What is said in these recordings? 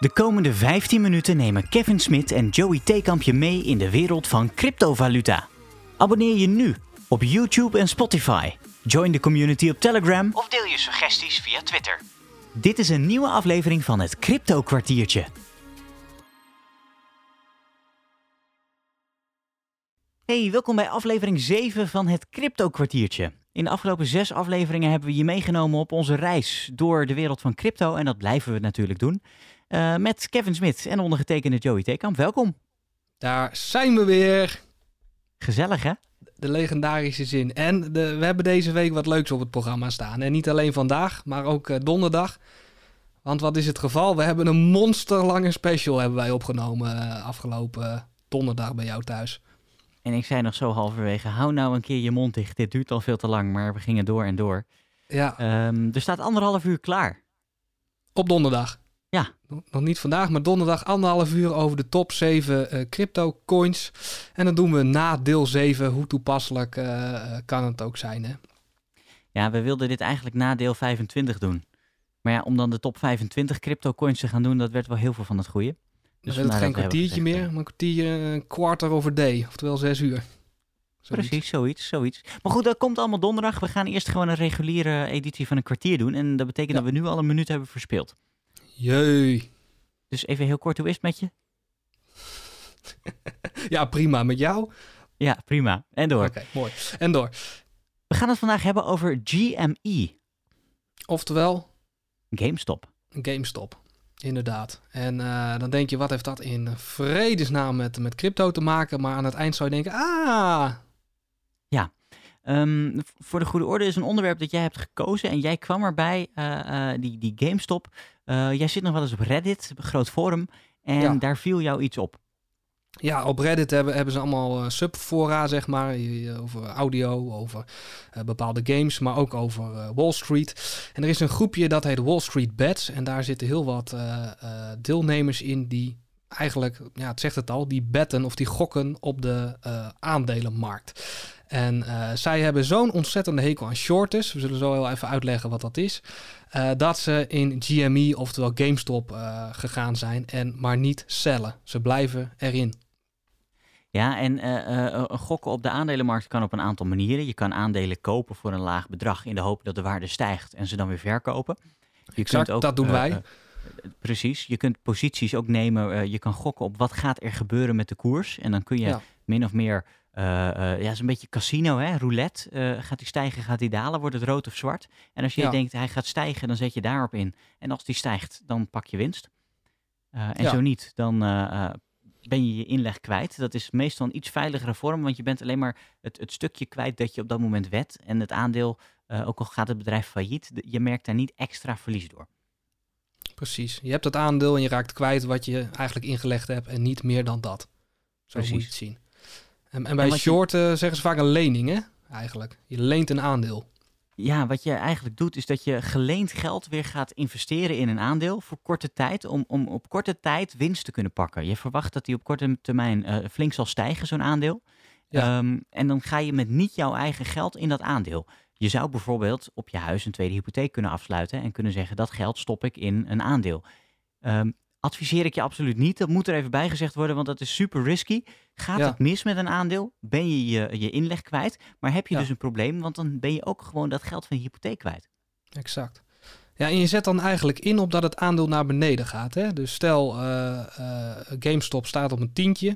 De komende 15 minuten nemen Kevin Smit en Joey Theekamp je mee in de wereld van cryptovaluta. Abonneer je nu op YouTube en Spotify. Join de community op Telegram of deel je suggesties via Twitter. Dit is een nieuwe aflevering van het Crypto Kwartiertje. Hey, welkom bij aflevering 7 van het Crypto Kwartiertje. In de afgelopen 6 afleveringen hebben we je meegenomen op onze reis door de wereld van crypto. En dat blijven we natuurlijk doen. Met Kevin Smit en ondergetekende Joey Theekamp. Welkom. Daar zijn we weer. Gezellig, hè? De legendarische zin. En we hebben deze week wat leuks op het programma staan. En niet alleen vandaag, maar ook donderdag. Want wat is het geval? We hebben een monsterlange special hebben wij opgenomen afgelopen donderdag bij jou thuis. En ik zei nog zo halverwege, hou nou een keer je mond dicht. Dit duurt al veel te lang, maar we gingen door en door. Ja. Er staat 1,5 uur klaar. Op donderdag. Ja. Nog niet vandaag, maar donderdag 1,5 uur over de top 7 crypto coins. En dat doen we na deel 7. Hoe toepasselijk kan het ook zijn, hè? Ja, we wilden dit eigenlijk na deel 25 doen. Maar ja, om dan de top 25 crypto coins te gaan doen, dat werd wel heel veel van het goede. Dus dan werd het geen kwartiertje meer, maar een kwartier, een quarter of a day. Oftewel 6 uur. Precies, zoiets. Maar goed, dat komt allemaal donderdag. We gaan eerst gewoon een reguliere editie van een kwartier doen. En dat betekent dat we nu al een minuut hebben verspeeld. Jee. Dus even heel kort, hoe is het met je? Ja, prima. Met jou? Ja, prima. En door. Oké, mooi. En door. We gaan het vandaag hebben over GME. Oftewel? GameStop. Inderdaad. En dan denk je, wat heeft dat in vredesnaam met crypto te maken? Maar aan het eind zou je denken, Ja. Voor de goede orde is een onderwerp dat jij hebt gekozen en jij kwam erbij, die GameStop. Jij zit nog wel eens op Reddit, een groot forum, en daar viel jou iets op. Ja, op Reddit hebben ze allemaal subfora, zeg maar, over audio, over bepaalde games, maar ook over Wall Street. En er is een groepje dat heet Wall Street Bets en daar zitten heel wat deelnemers in die eigenlijk, ja, het zegt het al, die betten of die gokken op de aandelenmarkt. En zij hebben zo'n ontzettende hekel aan shorters. We zullen zo heel even uitleggen wat dat is. Dat ze in GME, oftewel GameStop, gegaan zijn en maar niet sellen. Ze blijven erin. Ja, en gokken op de aandelenmarkt kan op een aantal manieren. Je kan aandelen kopen voor een laag bedrag in de hoop dat de waarde stijgt en ze dan weer verkopen. Exact, ook, dat doen wij. Precies, je kunt posities ook nemen. Je kan gokken op wat gaat er gebeuren met de koers. En dan kun je min of meer... het is een beetje casino, hè? Roulette. Gaat hij stijgen, gaat hij dalen? Wordt het rood of zwart? En als je denkt, hij gaat stijgen, dan zet je daarop in. En als die stijgt, dan pak je winst. Zo niet, dan ben je je inleg kwijt. Dat is meestal een iets veiligere vorm, want je bent alleen maar het stukje kwijt dat je op dat moment wet. En het aandeel, ook al gaat het bedrijf failliet, je merkt daar niet extra verlies door. Precies. Je hebt het aandeel en je raakt kwijt wat je eigenlijk ingelegd hebt en niet meer dan dat. Zo moet je het zien. En bij shorten zeggen ze vaak een lening, hè? Eigenlijk. Je leent een aandeel. Ja, wat je eigenlijk doet is dat je geleend geld weer gaat investeren in een aandeel voor korte tijd, om op korte tijd winst te kunnen pakken. Je verwacht dat die op korte termijn flink zal stijgen, zo'n aandeel. Ja. En dan ga je met niet jouw eigen geld in dat aandeel. Je zou bijvoorbeeld op je huis een tweede hypotheek kunnen afsluiten en kunnen zeggen dat geld stop ik in een aandeel. Adviseer ik je absoluut niet. Dat moet er even bij gezegd worden, want dat is super risky. Gaat het mis met een aandeel, ben je je inleg kwijt. Maar heb je dus een probleem, want dan ben je ook gewoon dat geld van je hypotheek kwijt. Exact. Ja, en je zet dan eigenlijk in op dat het aandeel naar beneden gaat. Hè? Dus stel, GameStop staat op een tientje.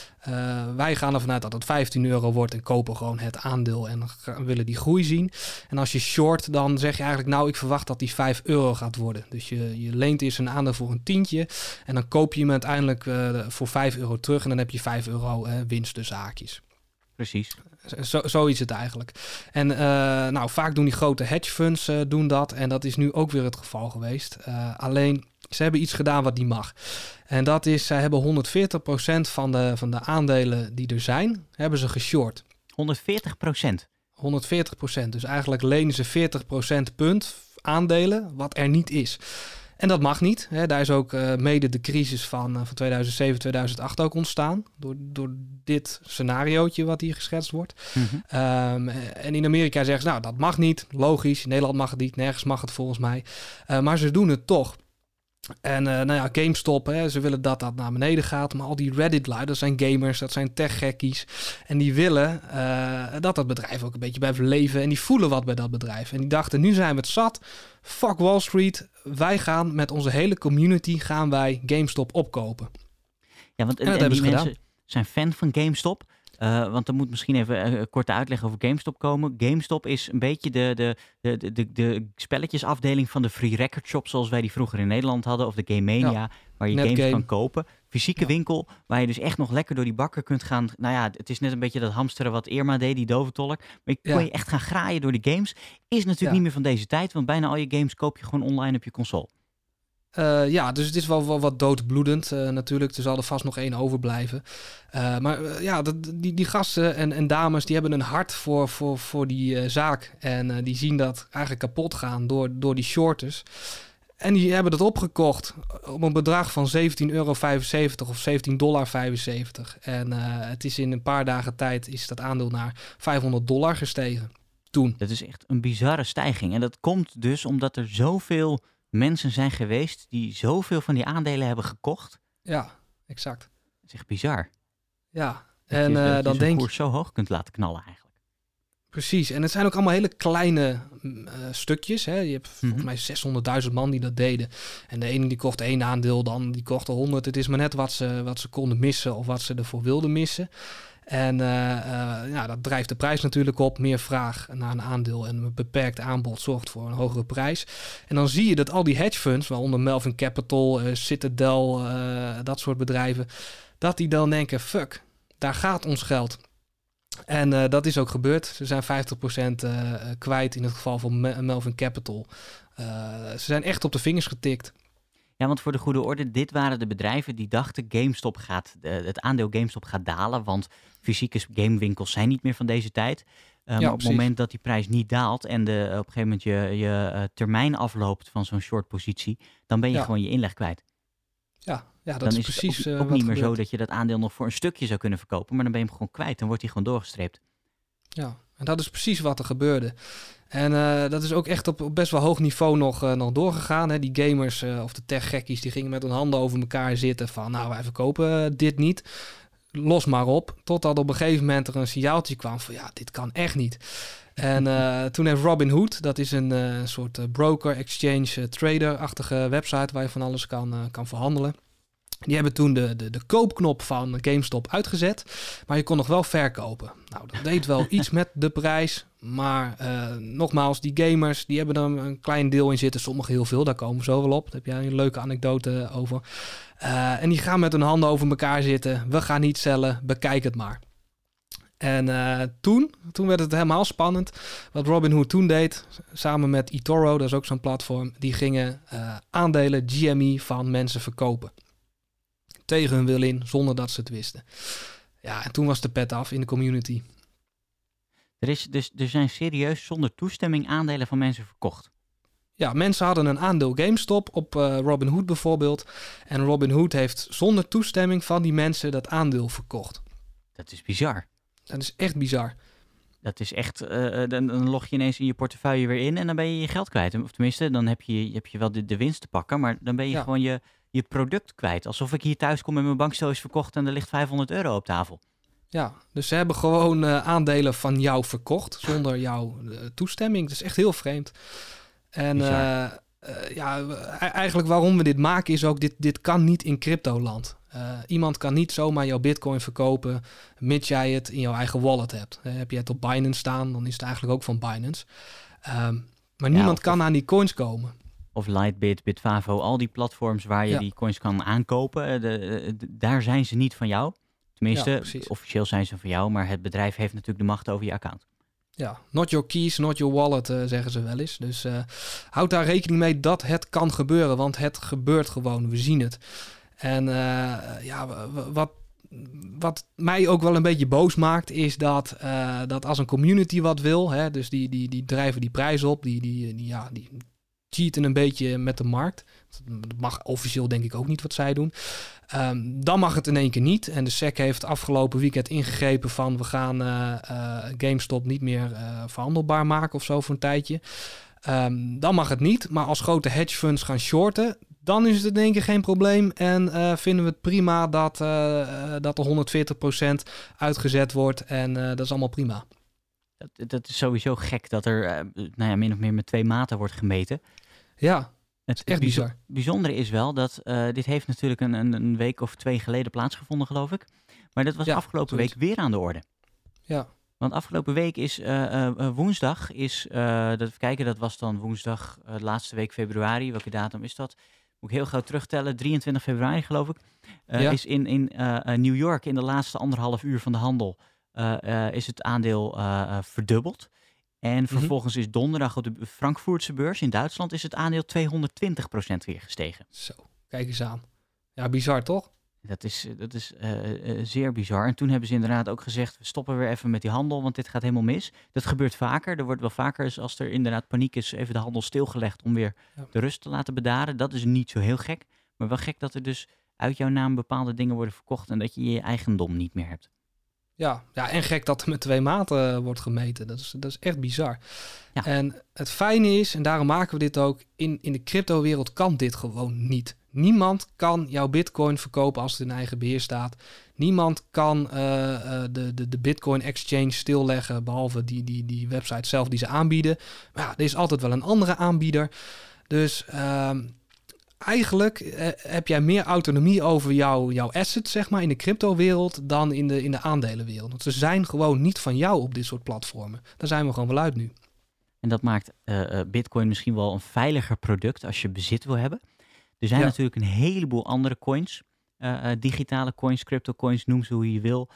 Wij gaan ervan uit dat het 15 euro wordt en kopen gewoon het aandeel en willen die groei zien. En als je short, dan zeg je eigenlijk, nou, ik verwacht dat die 5 euro gaat worden. Dus je leent eerst een aandeel voor een tientje en dan koop je hem uiteindelijk voor 5 euro terug en dan heb je 5 euro winst tussen haakjes. Precies. Zo is het eigenlijk. En vaak doen die grote hedge funds doen dat. En dat is nu ook weer het geval geweest. Alleen, ze hebben iets gedaan wat niet mag. En dat is, zij hebben 140% van de aandelen die er zijn, hebben ze geshort. 140%? 140%. Dus eigenlijk lenen ze 40% punt aandelen, wat er niet is. En dat mag niet. Hè. Daar is ook mede de crisis van 2007, 2008 ook ontstaan. Door dit scenariootje wat hier geschetst wordt. Mm-hmm. En in Amerika zeggen ze, nou, dat mag niet. Logisch, in Nederland mag het niet. Nergens mag het volgens mij. Maar ze doen het toch. En nou ja, GameStop, hè, ze willen dat naar beneden gaat. Maar al die Reddit-lui, dat zijn gamers, dat zijn tech-gekkies. En die willen dat bedrijf ook een beetje blijft leven. En die voelen wat bij dat bedrijf. En die dachten, nu zijn we het zat. Fuck Wall Street. Wij gaan met onze hele community gaan wij GameStop opkopen. Ja, want En dat en hebben die ze mensen zijn fan van GameStop. Want er moet misschien even een korte uitleg over GameStop komen. GameStop is een beetje de spelletjesafdeling van de free record shop, zoals wij die vroeger in Nederland hadden. Of de Game Mania, waar je games kan kopen. Fysieke winkel, waar je dus echt nog lekker door die bakken kunt gaan. Nou ja, het is net een beetje dat hamsteren wat Irma deed, die doventolk. Maar je kon je echt gaan graaien door de games. Is natuurlijk niet meer van deze tijd, want bijna al je games koop je gewoon online op je console. Dus het is wel wat doodbloedend natuurlijk. Er zal er vast nog één overblijven. Maar die gasten en dames, die hebben een hart voor die zaak. En die zien dat eigenlijk kapot gaan door die shorters. En die hebben dat opgekocht op een bedrag van €17,75 of $17,75. En het is in een paar dagen tijd is dat aandeel naar $500 gestegen. Toen. Dat is echt een bizarre stijging. En dat komt dus omdat er zoveel mensen zijn geweest die zoveel van die aandelen hebben gekocht. Ja, exact. Dat is echt bizar. Ja, en dan denk je koers zo hoog kunt laten knallen eigenlijk. Precies, en het zijn ook allemaal hele kleine stukjes. Hè? Je hebt volgens mij 600.000 man die dat deden. En de ene die kocht 1 aandeel, dan die kocht er 100. Het is maar net wat ze konden missen of wat ze ervoor wilden missen. En dat drijft de prijs natuurlijk op. Meer vraag naar een aandeel en een beperkt aanbod zorgt voor een hogere prijs. En dan zie je dat al die hedge funds, waaronder Melvin Capital, Citadel, dat soort bedrijven, dat die dan denken, fuck, daar gaat ons geld. En dat is ook gebeurd. Ze zijn 50% kwijt in het geval van Melvin Capital. Ze zijn echt op de vingers getikt. Ja, want voor de goede orde, dit waren de bedrijven die dachten het aandeel GameStop gaat dalen, want fysieke gamewinkels zijn niet meer van deze tijd. Op het moment dat die prijs niet daalt en op een gegeven moment je termijn afloopt van zo'n short positie, dan ben je gewoon je inleg kwijt. Ja, dat is precies het ook niet meer zo dat je dat aandeel nog voor een stukje zou kunnen verkopen, maar dan ben je hem gewoon kwijt. Dan wordt hij gewoon doorgestreept. Ja, en dat is precies wat er gebeurde. En dat is ook echt op best wel hoog niveau nog doorgegaan. Hè. Die gamers of de tech-gekkies, die gingen met hun handen over elkaar zitten van, nou, wij verkopen dit niet. Los maar op. Totdat op een gegeven moment er een signaaltje kwam van, ja, dit kan echt niet. En toen heeft Robinhood, dat is een soort broker, exchange, trader-achtige website waar je van alles kan verhandelen. Die hebben toen de koopknop van GameStop uitgezet, maar je kon nog wel verkopen. Nou, dat deed wel iets met de prijs, maar nogmaals, die gamers, die hebben er een klein deel in zitten, sommigen heel veel, daar komen we zo wel op. Daar heb jij een leuke anekdote over. En die gaan met hun handen over elkaar zitten, we gaan niet cellen, bekijk het maar. En toen werd het helemaal spannend. Wat Robinhood toen deed, samen met eToro, dat is ook zo'n platform, die gingen aandelen GME van mensen verkopen. Tegen hun wil in, zonder dat ze het wisten. Ja, en toen was de pet af in de community. Er zijn serieus zonder toestemming aandelen van mensen verkocht. Ja, mensen hadden een aandeel GameStop op Robinhood bijvoorbeeld. En Robinhood heeft zonder toestemming van die mensen dat aandeel verkocht. Dat is bizar. Dat is echt bizar. Dat is echt, dan log je ineens in je portefeuille weer in en dan ben je je geld kwijt. Of tenminste, dan heb je wel de winst te pakken, maar dan ben je gewoon je product kwijt. Alsof ik hier thuis kom en mijn bankstel is verkocht en er ligt €500 op tafel. Ja, dus ze hebben gewoon aandelen van jou verkocht zonder jouw toestemming. Dat is echt heel vreemd. En eigenlijk waarom we dit maken is ook, dit kan niet in cryptoland. Iemand kan niet zomaar jouw bitcoin verkopen, mits jij het in jouw eigen wallet hebt. Heb je het op Binance staan, dan is het eigenlijk ook van Binance. Maar niemand kan aan die coins komen. Of Lightbit, Bitvavo, al die platforms waar je die coins kan aankopen, daar zijn ze niet van jou. Tenminste, officieel zijn ze van jou, maar het bedrijf heeft natuurlijk de macht over je account. Ja, not your keys, not your wallet, zeggen ze wel eens. Dus houd daar rekening mee dat het kan gebeuren, want het gebeurt gewoon, we zien het. En wat mij ook wel een beetje boos maakt, is dat als een community wat wil, hè, dus die drijven die prijs op, die cheaten een beetje met de markt. Dat mag officieel denk ik ook niet wat zij doen. Dan mag het in één keer niet. En de SEC heeft afgelopen weekend ingegrepen van, we gaan GameStop niet meer verhandelbaar maken of zo voor een tijdje. Dan mag het niet. Maar als grote hedge funds gaan shorten, dan is het in één keer geen probleem. En vinden we het prima dat er 140% uitgezet wordt. En dat is allemaal prima. Dat is sowieso gek dat er min of meer met 2 maten wordt gemeten. Ja, het is echt bizar. Het bijzondere is wel dat dit heeft natuurlijk een week of 2 geleden plaatsgevonden, geloof ik. Maar dat was afgelopen week weer aan de orde. Ja. Want afgelopen week is woensdag, dat was dan woensdag, de laatste week februari. Welke datum is dat? Moet ik heel gauw terugtellen. 23 februari, geloof ik. Is in New York in de laatste 1,5 uur van de handel is het aandeel verdubbeld. En vervolgens is donderdag op de Frankfurtse beurs in Duitsland is het aandeel 220% weer gestegen. Zo, kijk eens aan. Ja, bizar toch? Dat is zeer bizar. En toen hebben ze inderdaad ook gezegd, we stoppen weer even met die handel, want dit gaat helemaal mis. Dat gebeurt vaker. Er wordt wel vaker, als er inderdaad paniek is, even de handel stilgelegd om weer de rust te laten bedaren. Dat is niet zo heel gek. Maar wel gek dat er dus uit jouw naam bepaalde dingen worden verkocht en dat je je eigendom niet meer hebt. Ja, en gek dat er met 2 maten wordt gemeten. Dat is echt bizar. Ja. En het fijne is, en daarom maken we dit ook, in de cryptowereld kan dit gewoon niet. Niemand kan jouw bitcoin verkopen als het in eigen beheer staat. Niemand kan de bitcoin exchange stilleggen, behalve die website zelf die ze aanbieden. Maar ja, er is altijd wel een andere aanbieder. Dus eigenlijk heb jij meer autonomie over jouw assets, zeg maar, in de cryptowereld dan in de aandelenwereld. Want ze zijn gewoon niet van jou op dit soort platformen. Daar zijn we gewoon wel uit nu. En dat maakt bitcoin misschien wel een veiliger product als je bezit wil hebben. Er zijn natuurlijk een heleboel andere coins. Digitale coins, crypto coins, noem ze hoe je wil.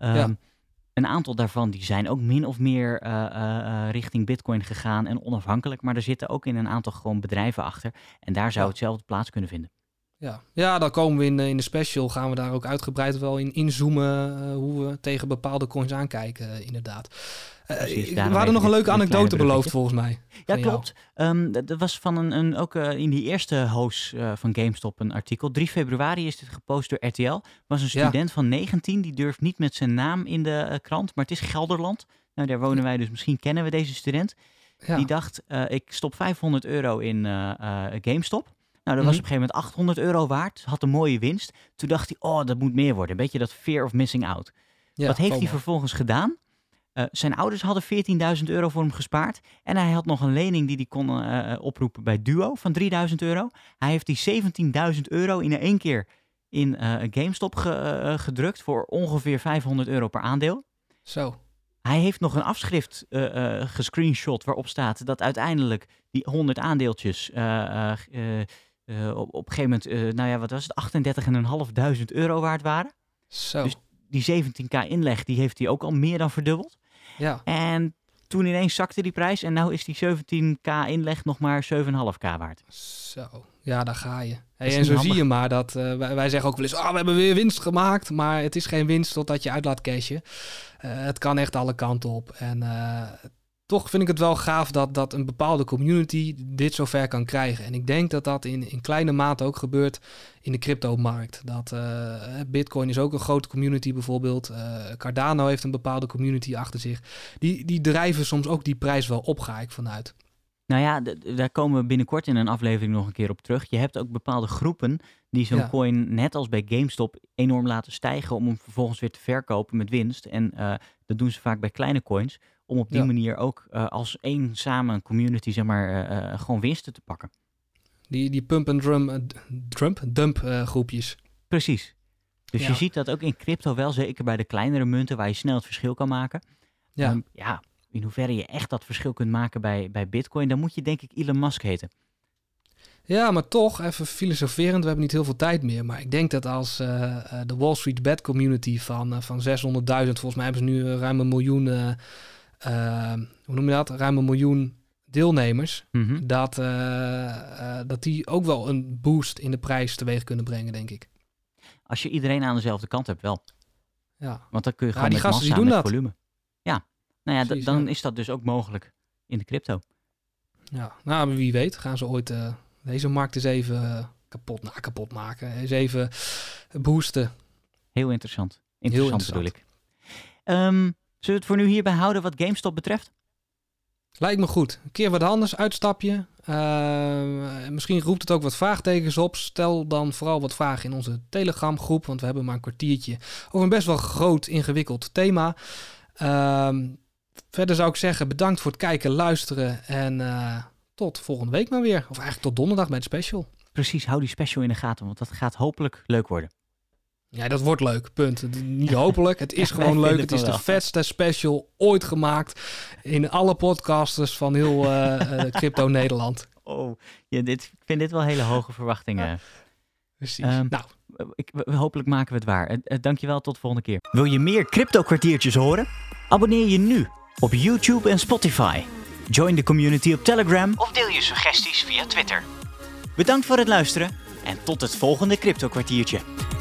Een aantal daarvan die zijn ook min of meer richting bitcoin gegaan en onafhankelijk. Maar er zitten ook in een aantal gewoon bedrijven achter. En daar zou hetzelfde plaats kunnen vinden. Ja, dan komen we in de special, gaan we daar ook uitgebreid wel in inzoomen hoe we tegen bepaalde coins aankijken, inderdaad. We hadden nog een leuke anekdote beloofd, volgens mij. Ja, klopt. Dat was van ook in die eerste host van GameStop een artikel. 3 februari is dit gepost door RTL. Was een student van 19, die durft niet met zijn naam in de krant, maar het is Gelderland. Nou, daar wonen wij, dus misschien kennen we deze student. Ja. Die dacht, ik stop €500 in GameStop. Nou, dat was op een gegeven moment €800 waard. Had een mooie winst. Toen dacht hij, dat moet meer worden. Een beetje dat fear of missing out. Ja, wat heeft hij vervolgens gedaan? Zijn ouders hadden €14.000 voor hem gespaard. En hij had nog een lening die hij kon oproepen bij Duo van €3.000. Hij heeft die €17.000 in één keer in GameStop gedrukt voor ongeveer €500 per aandeel. Zo. Hij heeft nog een afschrift gescreenshot waarop staat dat uiteindelijk die 100 aandeeltjes op een gegeven moment, wat was het, €38.500 waard waren. Zo. Dus die 17k inleg, die heeft hij ook al meer dan verdubbeld. Ja. En toen ineens zakte die prijs en nou is die 17k inleg nog maar 7,5k waard. Zo, ja, daar ga je. Hey, en zo zie je maar dat, wij zeggen ook wel eens, we hebben weer winst gemaakt. Maar het is geen winst totdat je uit laat cashen. Het kan echt alle kanten op. En toch vind ik het wel gaaf dat een bepaalde community dit zover kan krijgen. En ik denk dat dat in kleine mate ook gebeurt in de crypto-markt. Dat Bitcoin is ook een grote community bijvoorbeeld. Cardano heeft een bepaalde community achter zich. Die drijven soms ook die prijs wel op, ga ik vanuit. Nou ja, daar komen we binnenkort in een aflevering nog een keer op terug. Je hebt ook bepaalde groepen die zo'n coin, net als bij GameStop, enorm laten stijgen om hem vervolgens weer te verkopen met winst. En dat doen ze vaak bij kleine coins, om op die manier ook als één samen community, zeg maar, gewoon winsten te pakken. Die pump and dump groepjes. Precies. Dus je ziet dat ook in crypto wel, zeker bij de kleinere munten, waar je snel het verschil kan maken. In hoeverre je echt dat verschil kunt maken bij Bitcoin, dan moet je denk ik Elon Musk heten. Ja, maar toch, even filosoferend, we hebben niet heel veel tijd meer. Maar ik denk dat als de Wall Street Bet community van 600.000, volgens mij hebben ze nu ruim 1 miljoen, hoe noem je dat? Ruim 1 miljoen deelnemers. Mm-hmm. Dat die ook wel een boost in de prijs teweeg kunnen brengen, denk ik. Als je iedereen aan dezelfde kant hebt, wel. Ja. Want dan kun je gewoon die met gasten massa, die doen met dat. volume. Ja, nou ja, Precies, dan is dat dus ook mogelijk in de crypto. Ja, nou, wie weet gaan ze ooit deze markt eens even kapot maken. Eens even boosten. Heel interessant. Interessant bedoel ik. Zullen we het voor nu hierbij houden wat GameStop betreft? Lijkt me goed. Een keer wat anders, uitstapje. Misschien roept het ook wat vraagtekens op. Stel dan vooral wat vragen in onze Telegram groep, want we hebben maar een kwartiertje over een best wel groot, ingewikkeld thema. Verder zou ik zeggen, bedankt voor het kijken, luisteren en tot volgende week maar weer. Of eigenlijk tot donderdag bij de special. Precies, hou die special in de gaten, want dat gaat hopelijk leuk worden. Ja, dat wordt leuk, punt. Niet hopelijk, het is gewoon leuk. Het is de vetste special ooit gemaakt in alle podcasters van heel Crypto Nederland. Oh, ja, ik vind dit wel hele hoge verwachtingen. Precies. Hopelijk maken we het waar. Dankjewel, tot de volgende keer. Wil je meer crypto-kwartiertjes horen? Abonneer je nu op YouTube en Spotify. Join de community op Telegram of deel je suggesties via Twitter. Bedankt voor het luisteren en tot het volgende crypto-kwartiertje.